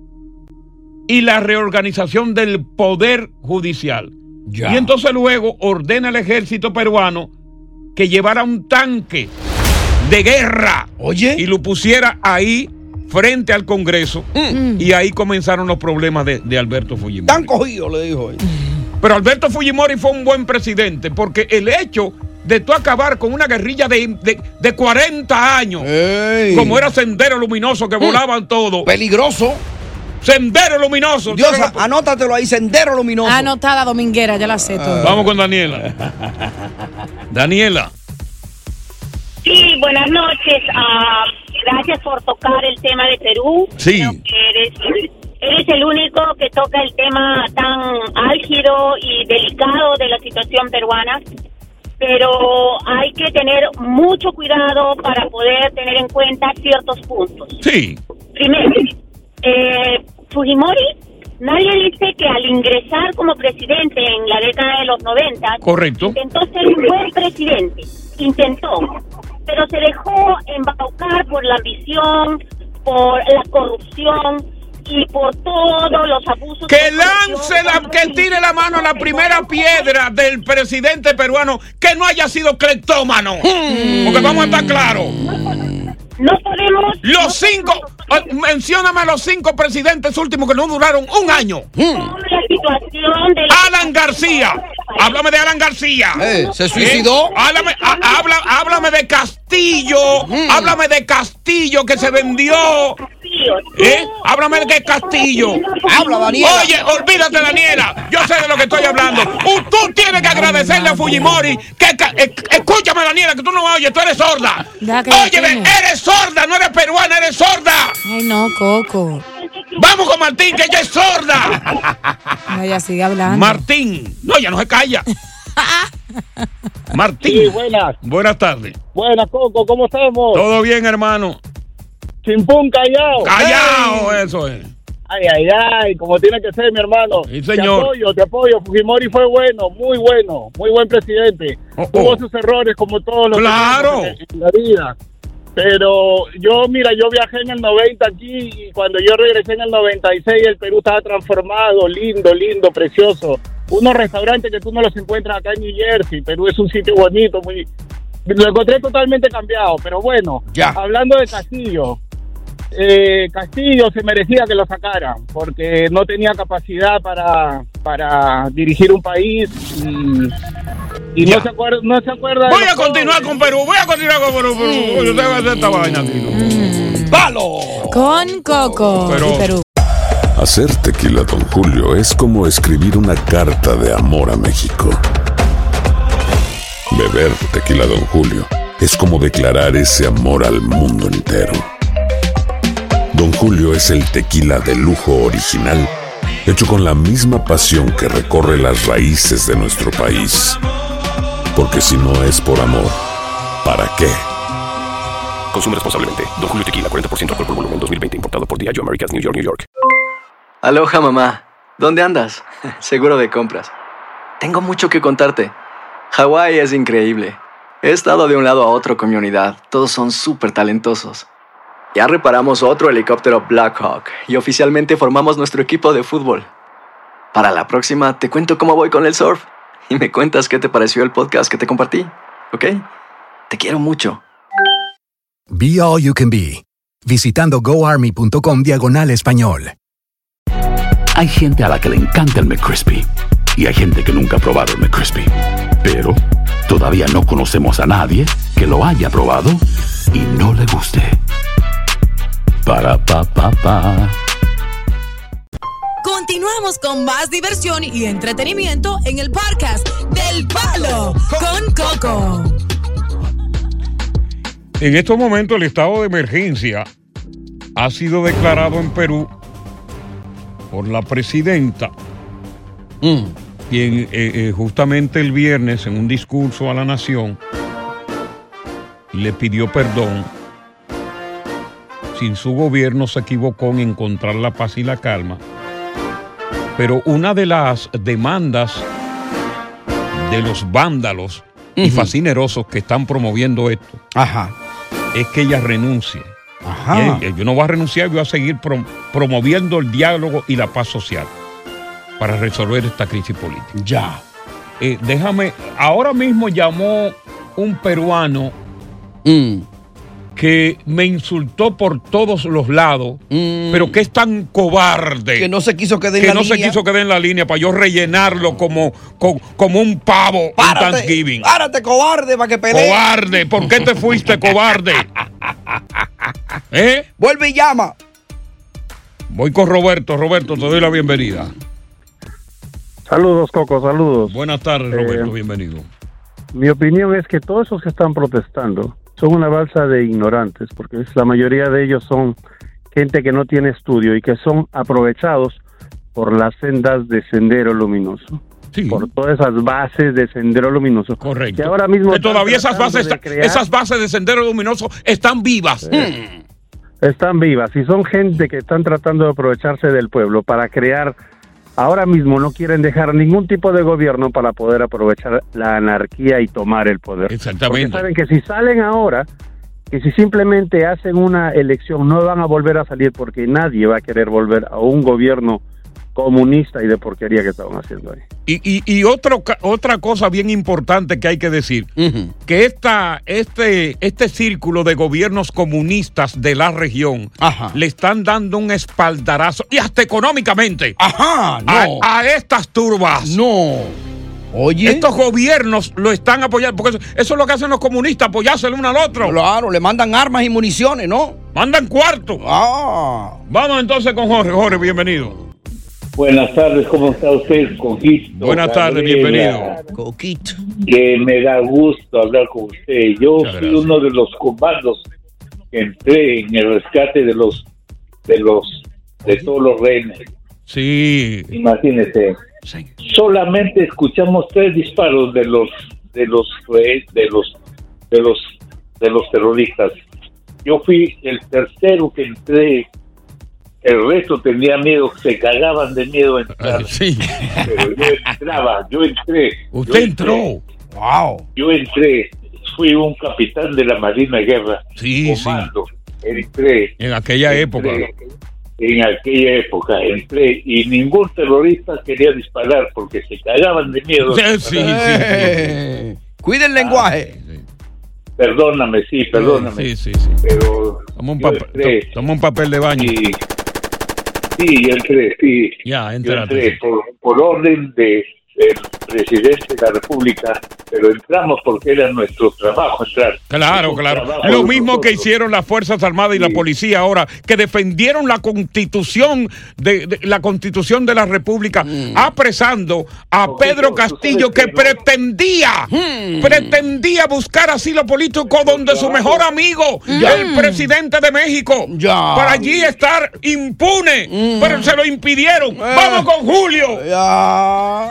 Y la reorganización del Poder Judicial.
Ya.
Y entonces luego ordena al ejército peruano que llevara un tanque de guerra.
Oye.
Y lo pusiera ahí frente al Congreso.
Mm.
Y ahí comenzaron los problemas de, de Alberto Fujimori.
Tan cogido, le dijo él.
Pero Alberto Fujimori fue un buen presidente porque el hecho de tú acabar con una guerrilla de, de, de cuarenta años,
Ey.
como era Sendero Luminoso, que
Mm.
volaban todo.
Peligroso.
Sendero Luminoso.
Dios, anótatelo ahí, Sendero Luminoso.
Anotada dominguera, ya la sé todo.
Vamos con Daniela. Daniela.
Sí, buenas noches. Ah, gracias por tocar el tema de Perú.
Sí.
Creo que eres, eres el único que toca el tema tan álgido y delicado de la situación peruana. Pero hay que tener mucho cuidado para poder tener en cuenta ciertos puntos.
Sí.
Primero, eh, Fujimori, nadie dice que al ingresar como presidente en la década de los noventa,
Correcto.
intentó ser un buen presidente, intentó, pero se dejó embaucar por la ambición, por la corrupción y por todos los abusos.
Que lance la, que tire la mano a la primera piedra del presidente peruano que no haya sido cleptómano. Porque vamos a estar claros.
No podemos.
Los cinco, eh, mencióname a los cinco presidentes últimos que no duraron un año.
La situación de
Alan García. Háblame de Alan García.
Eh, ¿se suicidó?
Eh, háblame, a- habla, háblame de Castillo.
Mm.
Háblame de Castillo que se vendió. ¿Eh? Háblame de Castillo.
Habla, Daniela.
Oye, olvídate, Daniela. Yo sé de lo que estoy hablando. Uh, tú tienes que agradecerle a Fujimori. Que, ca- eh, escúchame, Daniela, que tú no me oyes. Tú eres sorda.
Ya que
Óyeme,
tiene.
eres sorda. No eres peruana, eres sorda.
Ay, no, Coco.
Vamos con Martín, que ella es sorda.
No, ella sigue hablando.
Martín. No, ya no se calla. Martín.
Sí, buenas.
Buenas tardes.
Buenas, Coco, ¿cómo estamos?
Todo bien, hermano.
Chimpún, callao.
Callao, eso es.
Ay, ay, ay, como tiene que ser, mi hermano.
Sí, señor.
Te apoyo, te apoyo. Fujimori fue bueno, muy bueno, muy buen presidente.
Oh,
Tuvo
oh.
sus errores como todos los
Claro.
en, en la vida. Pero yo, mira, yo viajé en el noventa aquí y cuando yo regresé en el noventa y seis el Perú estaba transformado, lindo, lindo, precioso. Unos restaurantes que tú no los encuentras acá en New Jersey. Perú es un sitio bonito, muy... Lo encontré totalmente cambiado, pero bueno,
Ya.
hablando de Castillo, eh, Castillo se merecía que lo sacaran porque no tenía capacidad para, para dirigir un país y, y no se acuerda, no se acuerda.
Voy a continuar con Perú. Voy a continuar con Perú. Perú. Yo tengo que hacer esta vaina aquí, ¿no?
¡Palo!
Con Coco.
Pero-
y Perú.
Hacer tequila, Don Julio, es como escribir una carta de amor a México. Beber tequila, Don Julio, es como declarar ese amor al mundo entero. Don Julio es el tequila de lujo original, hecho con la misma pasión que recorre las raíces de nuestro país. Porque si no es por amor, ¿para qué?
Consume responsablemente. Don Julio Tequila, cuarenta por ciento alcohol por volumen, dos mil veinte. Importado por Diageo Americas, New York, New York.
Aloha, mamá. ¿Dónde andas? Seguro de compras. Tengo mucho que contarte. Hawái es increíble. He estado de un lado a otro con mi unidad. Todos son súper talentosos. Ya reparamos otro helicóptero Blackhawk y oficialmente formamos nuestro equipo de fútbol. Para la próxima te cuento cómo voy con el surf y me cuentas qué te pareció el podcast que te compartí, ¿ok? Te quiero mucho.
Be All You Can Be, visitando goarmy.com diagonal español.
Hay gente a la que le encanta el McCrispy y hay gente que nunca ha probado el McCrispy. Pero todavía no conocemos a nadie que lo haya probado y no le guste. Para pa pa pa.
Continuamos con más diversión y entretenimiento en el podcast del Palo con Coco.
En estos momentos el estado de emergencia ha sido declarado en Perú por la presidenta,
Mm.
quien eh, eh, justamente el viernes en un discurso a la nación le pidió perdón. Sin su gobierno se equivocó en encontrar la paz y la calma. Pero una de las demandas de los vándalos uh-huh. y fascinerosos que están promoviendo esto
Ajá.
es que ella renuncie.
Ajá.
Yo no voy a renunciar, voy a seguir prom- promoviendo el diálogo y la paz social para resolver esta crisis política.
Ya.
Eh, déjame, ahora mismo llamó un peruano
mm.
que me insultó por todos los lados, mm. pero que es tan cobarde.
Que no se quiso quedar en
que
la
no
línea.
se quiso quedar en la línea para yo rellenarlo como, como, como un pavo
Párate,
en Thanksgiving.
Párate, cobarde, para que pelee.
Cobarde, ¿por qué te fuiste, cobarde? ¿Eh?
Vuelve y llama.
Voy con Roberto. Roberto, te doy la bienvenida.
Saludos, Coco, saludos.
Buenas tardes, Roberto,
eh,
bienvenido.
Mi opinión es que todos esos que están protestando son una balsa de ignorantes, porque la mayoría de ellos son gente que no tiene estudio y que son aprovechados por las sendas de Sendero Luminoso. Sí. Por todas esas bases de Sendero Luminoso.
Correcto.
Que ahora mismo
que todavía esas bases,
de crear,
esas bases de Sendero Luminoso están vivas.
Eh, mm. Están vivas y son gente que están tratando de aprovecharse del pueblo para crear. Ahora mismo no quieren dejar ningún tipo de gobierno para poder aprovechar la anarquía y tomar el poder.
Exactamente.
Porque saben que si salen ahora, que si simplemente hacen una elección, no van a volver a salir porque nadie va a querer volver a un gobierno comunista y de porquería que estaban haciendo ahí.
Y, y, y otro, otra cosa bien importante que hay que decir, uh-huh. que esta, este, este círculo de gobiernos comunistas de la región Ajá. le están dando un espaldarazo, y hasta económicamente,
Ajá, no.
a, a estas turbas.
No. Oye.
Estos gobiernos lo están apoyando, porque eso, eso es lo que hacen los comunistas, apoyarse el uno al otro.
Claro, le mandan armas y municiones, ¿no?
Mandan cuarto.
Ah.
Vamos entonces con Jorge. Jorge, bienvenido.
Buenas tardes, ¿cómo está usted, Coquito?
Buenas tardes, bienvenido.
Coquito.
Que me da gusto hablar con usted. Yo
Muchas
fui
gracias.
uno de los comandos que entré en el rescate de los, de los, de todos los rehenes.
Sí.
Imagínese. Sí. Solamente escuchamos tres disparos de los, de los, de los, de los, de los terroristas. Yo fui el tercero que entré. El resto tenía miedo, se cagaban de miedo entrar.
Sí.
Pero yo entraba, yo entré.
Usted
yo
entró.
Entré,
wow.
Yo entré, fui un capitán de la Marina de Guerra.
Sí,
comando, sí. Entré.
En aquella
entré,
época.
En aquella época entré y ningún terrorista quería disparar porque se cagaban de miedo.
Sí, sí, sí,
eh, sí. Cuida el lenguaje.
Ah, sí. Perdóname, sí, perdóname.
Sí, sí, sí.
Pero
toma un, papel, toma un papel de baño.
Y, sí, yo entré, sí.
Ya,
yo entré por, por orden de, del presidente de la República, pero entramos porque era nuestro trabajo entrar.
Claro, claro. Lo mismo nosotros. Que hicieron las Fuerzas Armadas y sí. la policía ahora, que defendieron la Constitución de, de la Constitución de la República, mm. apresando a okay, Pedro Castillo, que, que no. pretendía, mm. pretendía buscar asilo político donde claro. su mejor amigo, mm. el presidente de México,
ya.
para allí estar impune, mm. pero se lo impidieron. Eh. Vamos con Julio.
Ya.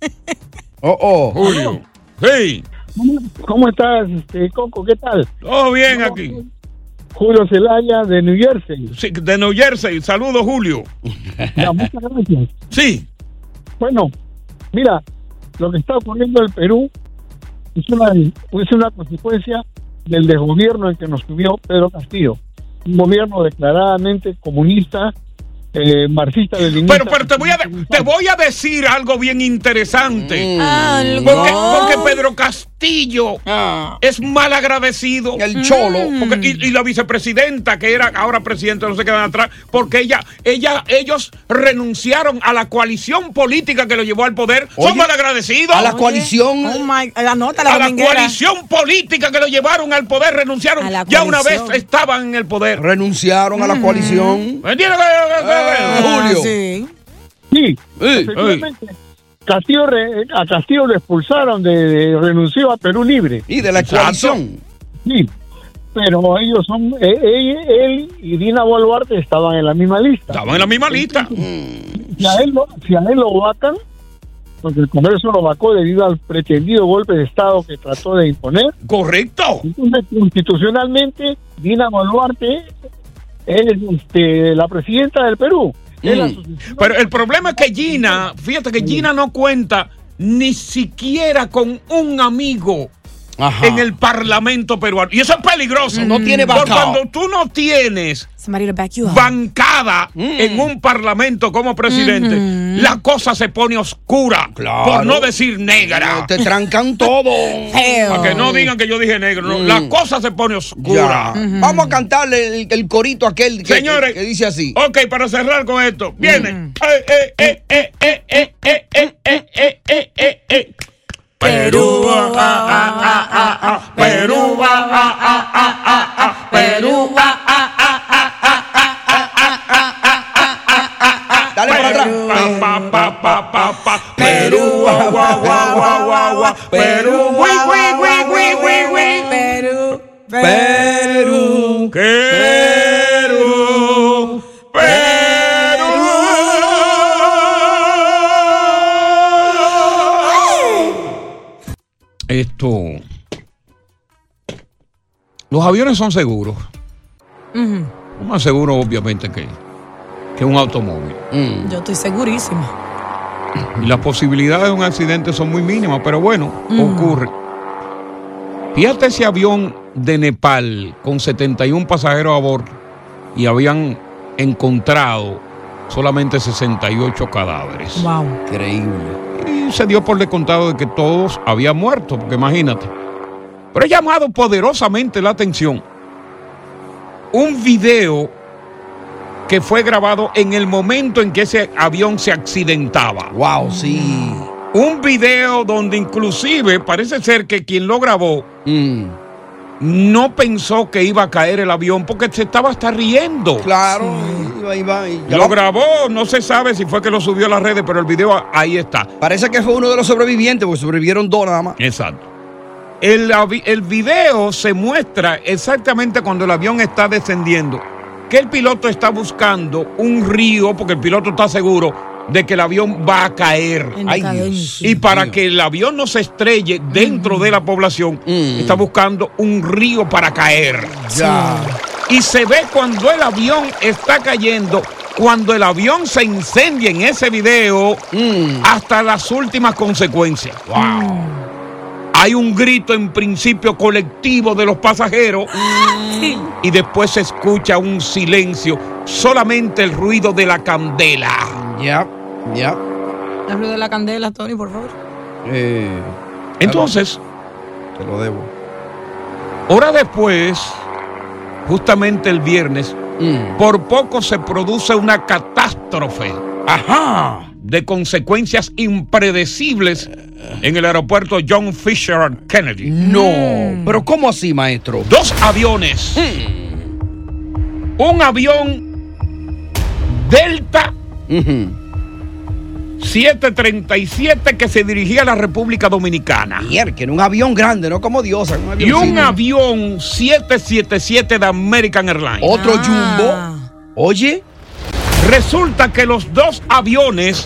Oh, oh.
Julio. Sí.
¿Cómo estás, este, Coco? ¿Qué tal?
Todo bien aquí.
Julio Zelaya de New Jersey.
Sí, de New Jersey. Saludos, Julio.
Ya, muchas gracias.
Sí.
Bueno, mira, lo que está ocurriendo en el Perú es una, es una consecuencia del desgobierno en que nos subió Pedro Castillo. Un gobierno declaradamente comunista, Eh, marxista leninista.
Pero, pero te voy a de, te voy a decir algo bien interesante.
Mm.
Porque, porque Pedro Castillo ah. es mal agradecido.
El cholo.
Porque, y, y la vicepresidenta, que era ahora presidenta, no se quedan atrás, porque ella, ella, ellos renunciaron a la coalición política que lo llevó al poder. Oye, son mal agradecidos.
A la coalición.
Oh my, la nota, la
a la coalición política que lo llevaron al poder, renunciaron. Ya una vez estaban en el poder.
Renunciaron mm. a la coalición.
¿Me entiendes?
Ah, Julio.
Sí. Sí, efectivamente. Castillo re, a Castillo lo expulsaron, de, de renunció a Perú Libre.
Y de la coalición.
Sí, pero ellos son, eh, él, él y Dina Boluarte estaban en la misma lista.
Estaban en la misma lista.
Si a él lo, si a él lo vacan,
porque el Congreso lo vacó debido al pretendido golpe de Estado que trató de imponer.
Correcto.
Entonces, constitucionalmente, Dina Boluarte es este, la presidenta del Perú. Es la
Mm. Pero el problema es que Gina, fíjate que Gina no cuenta ni siquiera con un amigo
Ajá.
en el Parlamento peruano. Y eso es peligroso.
No tiene
Porque
bancado.
cuando tú no tienes
Somebody to back you up.
bancada en un Parlamento como presidente,
Ujú.
la cosa se pone oscura.
Claro.
Por no decir negra.
Te trancan todo.
Para que no digan que yo dije negro. No,
Mm.
la cosa se pone oscura.
Ya. Vamos a cantarle el, el corito aquel que,
Señores,
que dice así.
Ok, para cerrar con esto, viene. Eh, eh, eh, eh, eh, eh, eh, eh, eh, eh, eh, eh, eh. Perú, ah, ah, ah, ah, ah, Perú, ah, ah, ah, ah, ah, ah, Perú, ah, ah, ah, ah, ah, ah,
Dale para atrás.
pa, pa, pa, pa, pa, Perú, guau, guau, guau, guau, guau, guau, Perú, gui, gui, gui, gui, gui, gui.
Perú.
Perú.
Perú, Esto. Los aviones son seguros.
Ujú.
Más seguro, obviamente, que, que un automóvil.
Yo estoy segurísima.
Y las posibilidades de un accidente son muy mínimas, pero bueno,
Mm.
ocurre. Fíjate ese avión de Nepal con setenta y uno pasajeros a bordo y habían encontrado solamente sesenta y ocho cadáveres.
Wow.
Increíble.
Y se dio por descontado de que todos habían muerto, porque imagínate. Pero he llamado poderosamente la atención un video que fue grabado en el momento en que ese avión se accidentaba.
Wow, sí.
Un video donde inclusive parece ser que quien lo grabó
Mm.
no pensó que iba a caer el avión porque se estaba hasta riendo.
Claro, iba, iba, y ya
Lo
va-
grabó, no se sabe si fue que lo subió a las redes, pero el video ahí está.
Parece que fue uno de los sobrevivientes, porque sobrevivieron dos nada más.
Exacto. El, avi- el video se muestra exactamente cuando el avión está descendiendo, que el piloto está buscando un río, porque el piloto está seguro de que el avión va a caer.
En
Ay,
decadencia.
Dios. Y para que el avión no se estrelle dentro de la población, está buscando un río para caer.
Ya.
Y se ve cuando el avión está cayendo, cuando el avión se incendia en ese video, hasta las últimas consecuencias. Wow. Hay un grito en principio colectivo de los pasajeros y después se escucha un silencio, solamente el ruido de la candela.
Ya, ya.
El ruido de la candela, Tony, por favor.
Eh,
Entonces,
te lo debo.
hora después, justamente el viernes,
Mm.
por poco se produce una catástrofe.
Ajá.
De consecuencias impredecibles en el aeropuerto John Fisher Kennedy.
No, pero ¿cómo así, maestro?
Dos aviones. Un avión Delta setecientos treinta y siete que se dirigía a la República Dominicana.
Mierda, que era un avión grande, no como Diosa. Un
Y un
avioncito.
avión siete siete siete de American Airlines.
Otro jumbo. Oye.
Resulta que los dos aviones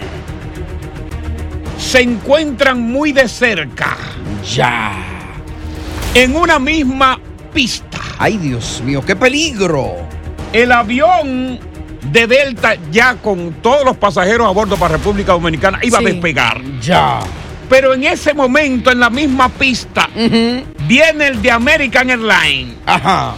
se encuentran muy de cerca.
Ya.
En una misma pista.
Ay, Dios mío, qué peligro.
El avión de Delta, ya con todos los pasajeros a bordo para República Dominicana, iba
Sí.
a despegar.
Ya.
Pero en ese momento, en la misma pista, viene el de American Airlines.
Ajá.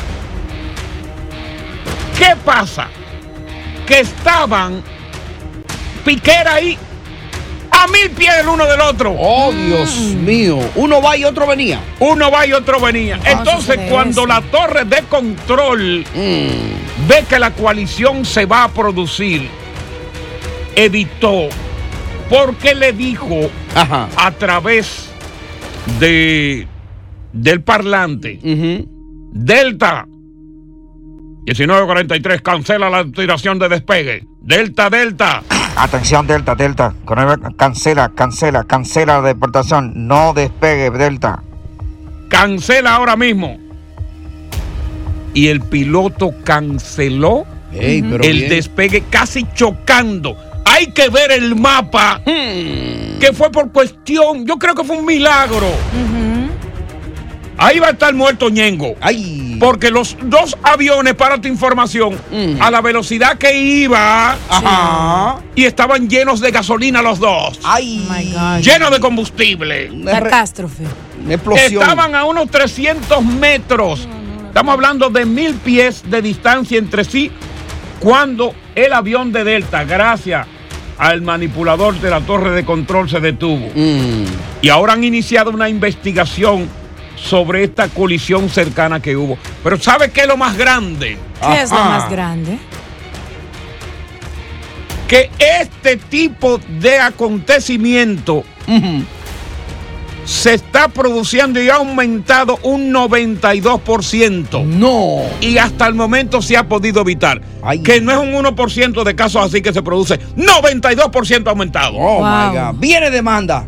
¿Qué pasa? Que estaban piquera ahí a mil pies el uno del otro.
Oh, Dios mío. Uno va y otro venía.
Uno va y otro venía. Entonces,
sucede
cuando
eso.
la torre de control ve que la coalición se va a producir, evitó, porque le dijo a través de del parlante, Delta diecinueve cuarenta y tres, cancela la tiración de despegue. Delta, Delta.
Atención, Delta, Delta. Cancela, cancela, cancela la deportación. No despegue, Delta.
Cancela ahora mismo. Y el piloto canceló
Ey, pero
el
bien.
despegue, casi chocando hay que ver el mapa, hmm. que fue por cuestión, yo creo que fue un milagro. Uh-huh. Ahí va a estar muerto Ñengo.
Ay.
Porque los dos aviones, para tu información, mm. a la velocidad que iba, ajá, y estaban llenos de gasolina los dos.
Ay,
oh my God.
Llenos de combustible.
Catástrofe.
Una explosión.
Estaban a unos trescientos metros. Estamos hablando de mil pies de distancia entre sí cuando el avión de Delta, gracias al manipulador de la torre de control, se detuvo. Mm. Y ahora han iniciado una investigación sobre esta colisión cercana que hubo. Pero ¿sabe qué es lo más grande?
¿Qué Ajá. es lo más grande?
Que este tipo de acontecimiento uh-huh. se está produciendo y ha aumentado un noventa y dos por ciento.
No.
Y hasta el momento se ha podido evitar. Ay. Que no es un uno por ciento de casos así que se produce. noventa y dos por ciento aumentado.
Oh, wow. my God. Viene demanda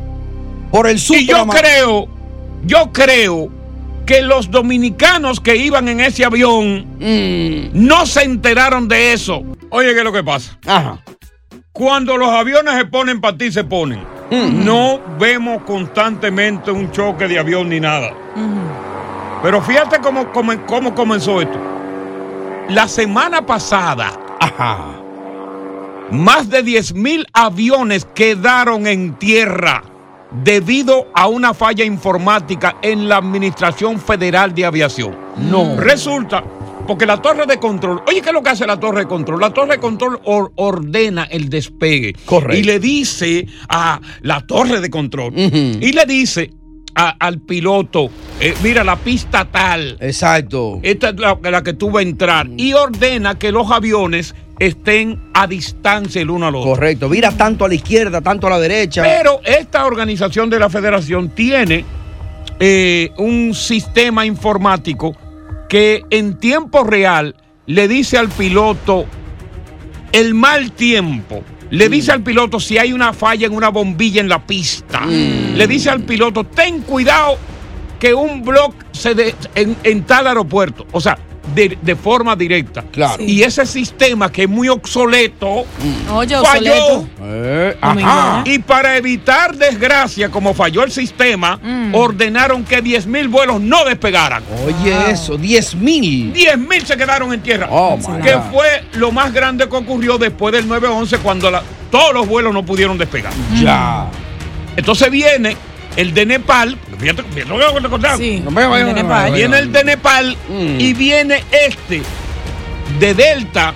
por el super.
Y yo creo... Yo creo que los dominicanos que iban en ese avión mm. no se enteraron de eso. Oye, ¿qué es lo que pasa?
Ajá.
Cuando los aviones se ponen para ti, se ponen. Mm. No vemos constantemente un choque de avión ni nada. Mm. Pero fíjate cómo, cómo, cómo comenzó esto. La semana pasada,
ajá,
más de diez mil aviones quedaron en tierra debido a una falla informática en la Administración Federal de Aviación.
No.
Resulta, porque la torre de control, oye, ¿qué es lo que hace la torre de control? La torre de control or, ordena el despegue.
Correcto.
Y le dice a la torre de control, uh-huh. y le dice a, al piloto, eh, mira, la pista tal.
Exacto.
Esta es la, la que tú vas a entrar. Y ordena que los aviones estén a distancia el uno al otro.
Correcto, mira tanto a la izquierda, tanto a la derecha.
Pero esta organización de la federación tiene eh, un sistema informático que en tiempo real le dice al piloto el mal tiempo. Le mm. dice al piloto si hay una falla en una bombilla en la pista. Mm. Le dice al piloto, ten cuidado que un bloque se de, en, en tal aeropuerto. O sea, De, de forma directa.
Claro.
Sí. Y ese sistema que es muy obsoleto,
mm. Oye,
falló.
Obsoleto.
Eh, ajá. Y para evitar desgracia, como falló el sistema, mm. ordenaron que diez mil vuelos no despegaran.
Oye, wow. eso, diez mil.
diez mil se quedaron en tierra.
Oh, my
que
God.
fue lo más grande que ocurrió después del nueve once, cuando la, todos los vuelos no pudieron despegar.
Mm. Ya.
Entonces viene el de Nepal, fíjate, fíjate lo que voy a contar.
Sí,
no me vaya,
el de Nepal.
Viene el de Nepal mm. y viene este de Delta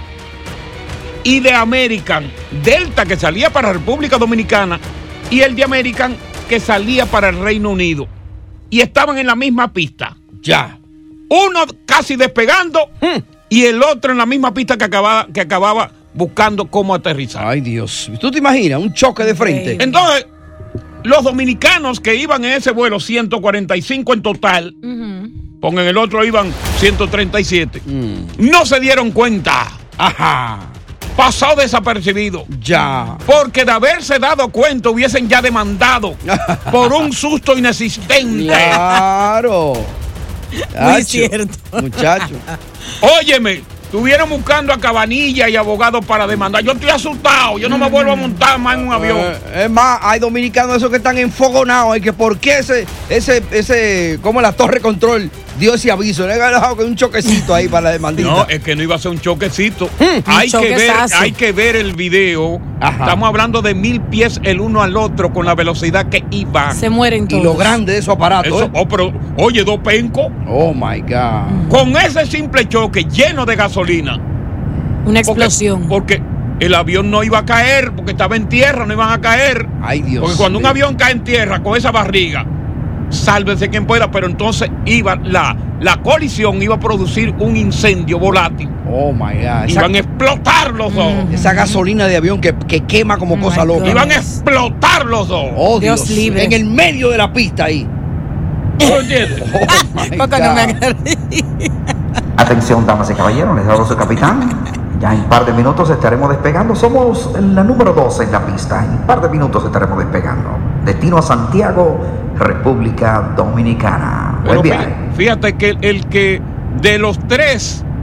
y de American. Delta que salía para República Dominicana y el de American que salía para el Reino Unido. Y estaban en la misma pista.
Ya.
Uno casi despegando mm. y el otro en la misma pista que acababa, que acababa buscando cómo aterrizar.
Ay, Dios. ¿Tú te imaginas? Un choque de frente.
Entonces, los dominicanos que iban en ese vuelo, ciento cuarenta y cinco en total, uh-huh. porque en el otro iban ciento treinta y siete, mm. no se dieron cuenta.
Ajá.
Pasó desapercibido.
Ya.
Porque de haberse dado cuenta hubiesen ya demandado por un susto inexistente.
Claro.
Muy cierto.
Muchacho.
Óyeme. Estuvieron buscando a Cabanilla y abogados para demandar. Yo estoy asustado. Yo no me vuelvo a montar más en un avión.
Eh, es más, hay dominicanos esos que están enfogonados. Y que por qué ese, ese, ese, como la torre control dio ese aviso. Le he dejado que un choquecito ahí para la demandita.
No, es que no iba a ser un choquecito.
Mm,
hay,
un
que ver, hay que ver el video.
Ajá.
Estamos hablando de mil pies el uno al otro con la velocidad que iban.
Se mueren todos.
Y lo grande de esos aparatos.
Eso,
¿eh?
oh, pero, oye, dos pencos.
Oh, my God.
Con ese simple choque lleno de gasolina.
Una explosión.
Porque, porque el avión no iba a caer, porque estaba en tierra, no iban a caer.
Ay, Dios.
Porque cuando
Dios.
un avión cae en tierra con esa barriga, sálvese quien pueda, pero entonces iba la, la colisión iba a producir un incendio volátil.
Oh, my God.
Iban a explotar los dos.
Mm. Esa gasolina de avión que, que quema como oh cosa loca.
Iban a explotar los dos.
Oh, Dios,
Dios libre.
En el medio de la pista ahí.
¿No entiendes?
Oh, my
Poco
God.
no me agarré.
Atención, damas y caballeros, les hablo su capitán. Ya en un par de minutos estaremos despegando. Somos la número dos en la pista. En un par de minutos estaremos despegando. Destino a Santiago, República Dominicana. Buen
Pero
viaje.
Fíjate que el que de los tres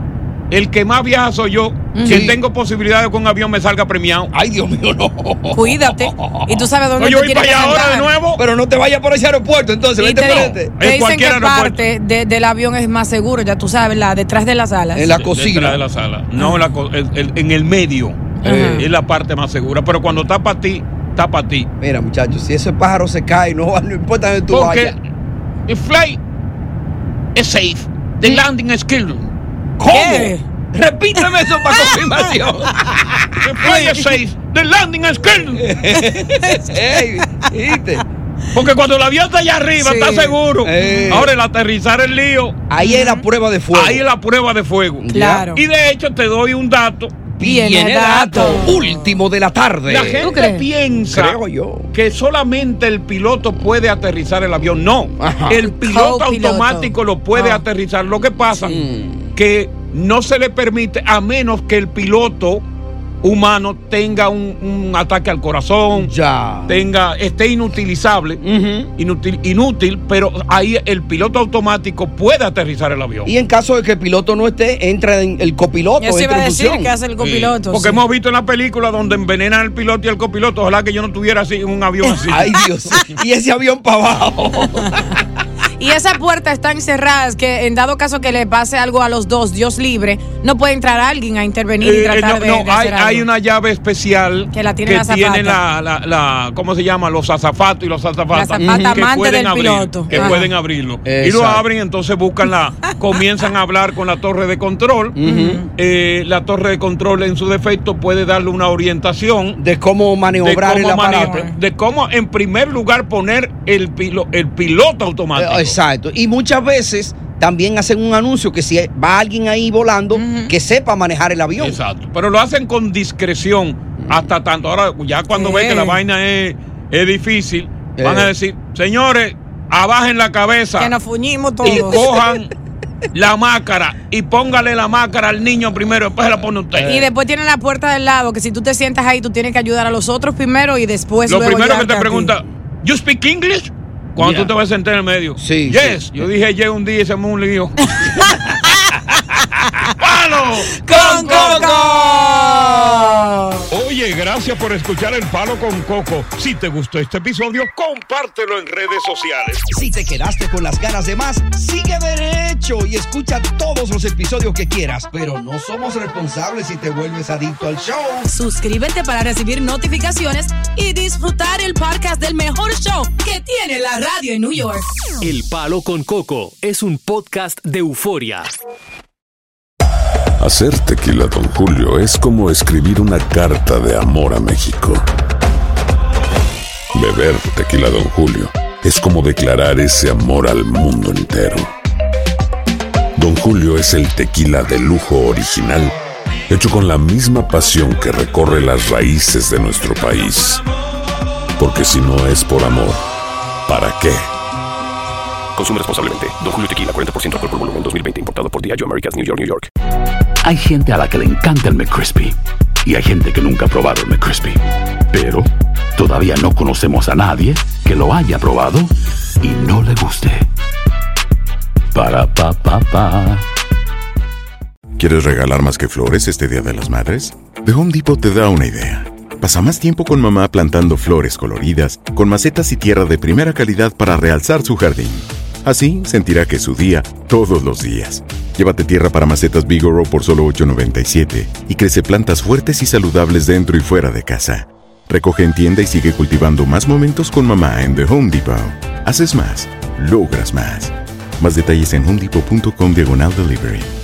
el que más viaja soy yo.
Mm.
Si
Sí.
tengo posibilidad de que un avión me salga premiado.
Ay, Dios mío, no.
Cuídate. Y tú sabes dónde
Oye,
te
voy
tienes
para
que
allá ahora de
sentar.
nuevo.
Pero no te vayas por ese aeropuerto, entonces,
Y
vete
te,
por
di-
este.
te dicen que parte de- del avión es más seguro, ya tú sabes, la detrás de las alas.
De- Detrás de la sala. No, en, la co- el- el- en el medio.
Eh.
Es la parte más segura. Pero cuando está para ti, está para ti.
Mira, muchachos, si ese pájaro se cae, no, no importa dónde tú
Porque
vayas.
el flight es safe. The landing is killed.
¿Cómo? Repíteme eso para confirmación.
The flight is safe. The landing is killed.
Ey, ¿viste?
Porque cuando el avión está allá arriba,
Sí.
está seguro.
Eh.
Ahora, el aterrizar el lío.
Ahí es la prueba de fuego.
Ahí es la prueba de fuego.
Claro.
Y de hecho, te doy un dato.
Viene dato. Último de la tarde.
La gente piensa
Creo yo.
que solamente el piloto puede aterrizar el avión. No,
Ajá.
el piloto
Copiloto.
automático lo puede
Ah.
aterrizar. Lo que pasa que no se le permite a menos que el piloto humano tenga un, un ataque al corazón,
ya.
tenga, esté inutilizable, inútil, inútil, pero ahí el piloto automático puede aterrizar el avión.
Y en caso de que el piloto no esté, entra en el copiloto.
Eso iba
entra
a
en
decir
función.
que hace el copiloto.
Porque
sí.
hemos visto en la película donde envenenan al piloto y al copiloto. Ojalá que yo no tuviera así en un avión así.
Ay, Dios. Y ese avión para abajo.
Y esas puertas están cerradas que en dado caso que le pase algo a los dos, Dios libre, no puede entrar alguien a intervenir y
Eh,
tratar
no,
de,
no,
de
hay,
hacer algo.
hay una llave especial
Que la tiene la azafata.
tiene la, la, la- ¿cómo se llama? Los azafatos y los azafatas
La azafata
que
amante
pueden
del
abrir,
piloto.
que
Ajá.
pueden abrirlo. Y lo
Exacto.
abren, entonces buscan la, comienzan a hablar con la torre de control. Eh, la torre de control en su defecto puede darle una orientación
de cómo maniobrar
de
el
cómo,
aparato.
mani- de cómo en primer lugar poner el, pilo- el piloto automático.
Eh, Exacto. Y muchas veces también hacen un anuncio que si va alguien ahí volando, que sepa manejar el avión.
Exacto. Pero lo hacen con discreción hasta tanto. Ahora, ya cuando
Eh.
ven que la vaina es, es difícil, van
Eh.
a decir, señores, abajen la cabeza
Que nos fuñimos todos.
y cojan la máscara y póngale la máscara al niño primero, después se la pone usted.
Y después tiene la puerta del lado, que si tú te sientas ahí, tú tienes que ayudar a los otros primero y después
Lo
luego
primero que
ayudarte
te
a ti.
pregunta, ¿you speak English? Cuando
Yeah.
tú te vas a sentar en el medio.
Sí,
Yes.
sí,
Yo
sí.
dije yes un día y se me un lío. ¡Palo!
¡Con Coco!
Oye, gracias por escuchar El Palo con Coco. Si te gustó este episodio, compártelo en redes sociales.
Si te quedaste con las ganas de más, sigue derecho y escucha todos los episodios que quieras. Pero no somos responsables si te vuelves adicto al show.
Suscríbete para recibir notificaciones y disfrutar el podcast del mejor show que tiene la radio en New York.
El Palo con Coco es un podcast de euforia.
Hacer tequila, Don Julio, es como escribir una carta de amor a México. Beber tequila, Don Julio, es como declarar ese amor al mundo entero. Don Julio es el tequila de lujo original, hecho con la misma pasión que recorre las raíces de nuestro país. Porque si no es por amor, ¿para qué?
Consume responsablemente. Don Julio Tequila, cuarenta por ciento alcohol por volumen, dos mil veinte. Importado por Diageo Americas, New York, New York.
Hay gente a la que le encanta el McCrispy y hay gente que nunca ha probado el McCrispy. Pero todavía no conocemos a nadie que lo haya probado y no le guste. Para pa pa pa.
¿Quieres regalar más que flores este Día de las Madres? The Home Depot te da una idea. Pasa más tiempo con mamá plantando flores coloridas, con macetas y tierra de primera calidad para realzar su jardín. Así sentirá que es su día todos los días. Llévate tierra para macetas Bigoro por solo ocho noventa y siete y crece plantas fuertes y saludables dentro y fuera de casa. Recoge en tienda y sigue cultivando más momentos con mamá en The Home Depot. Haces más, logras más. Más detalles en homedepot punto com diagonal delivery.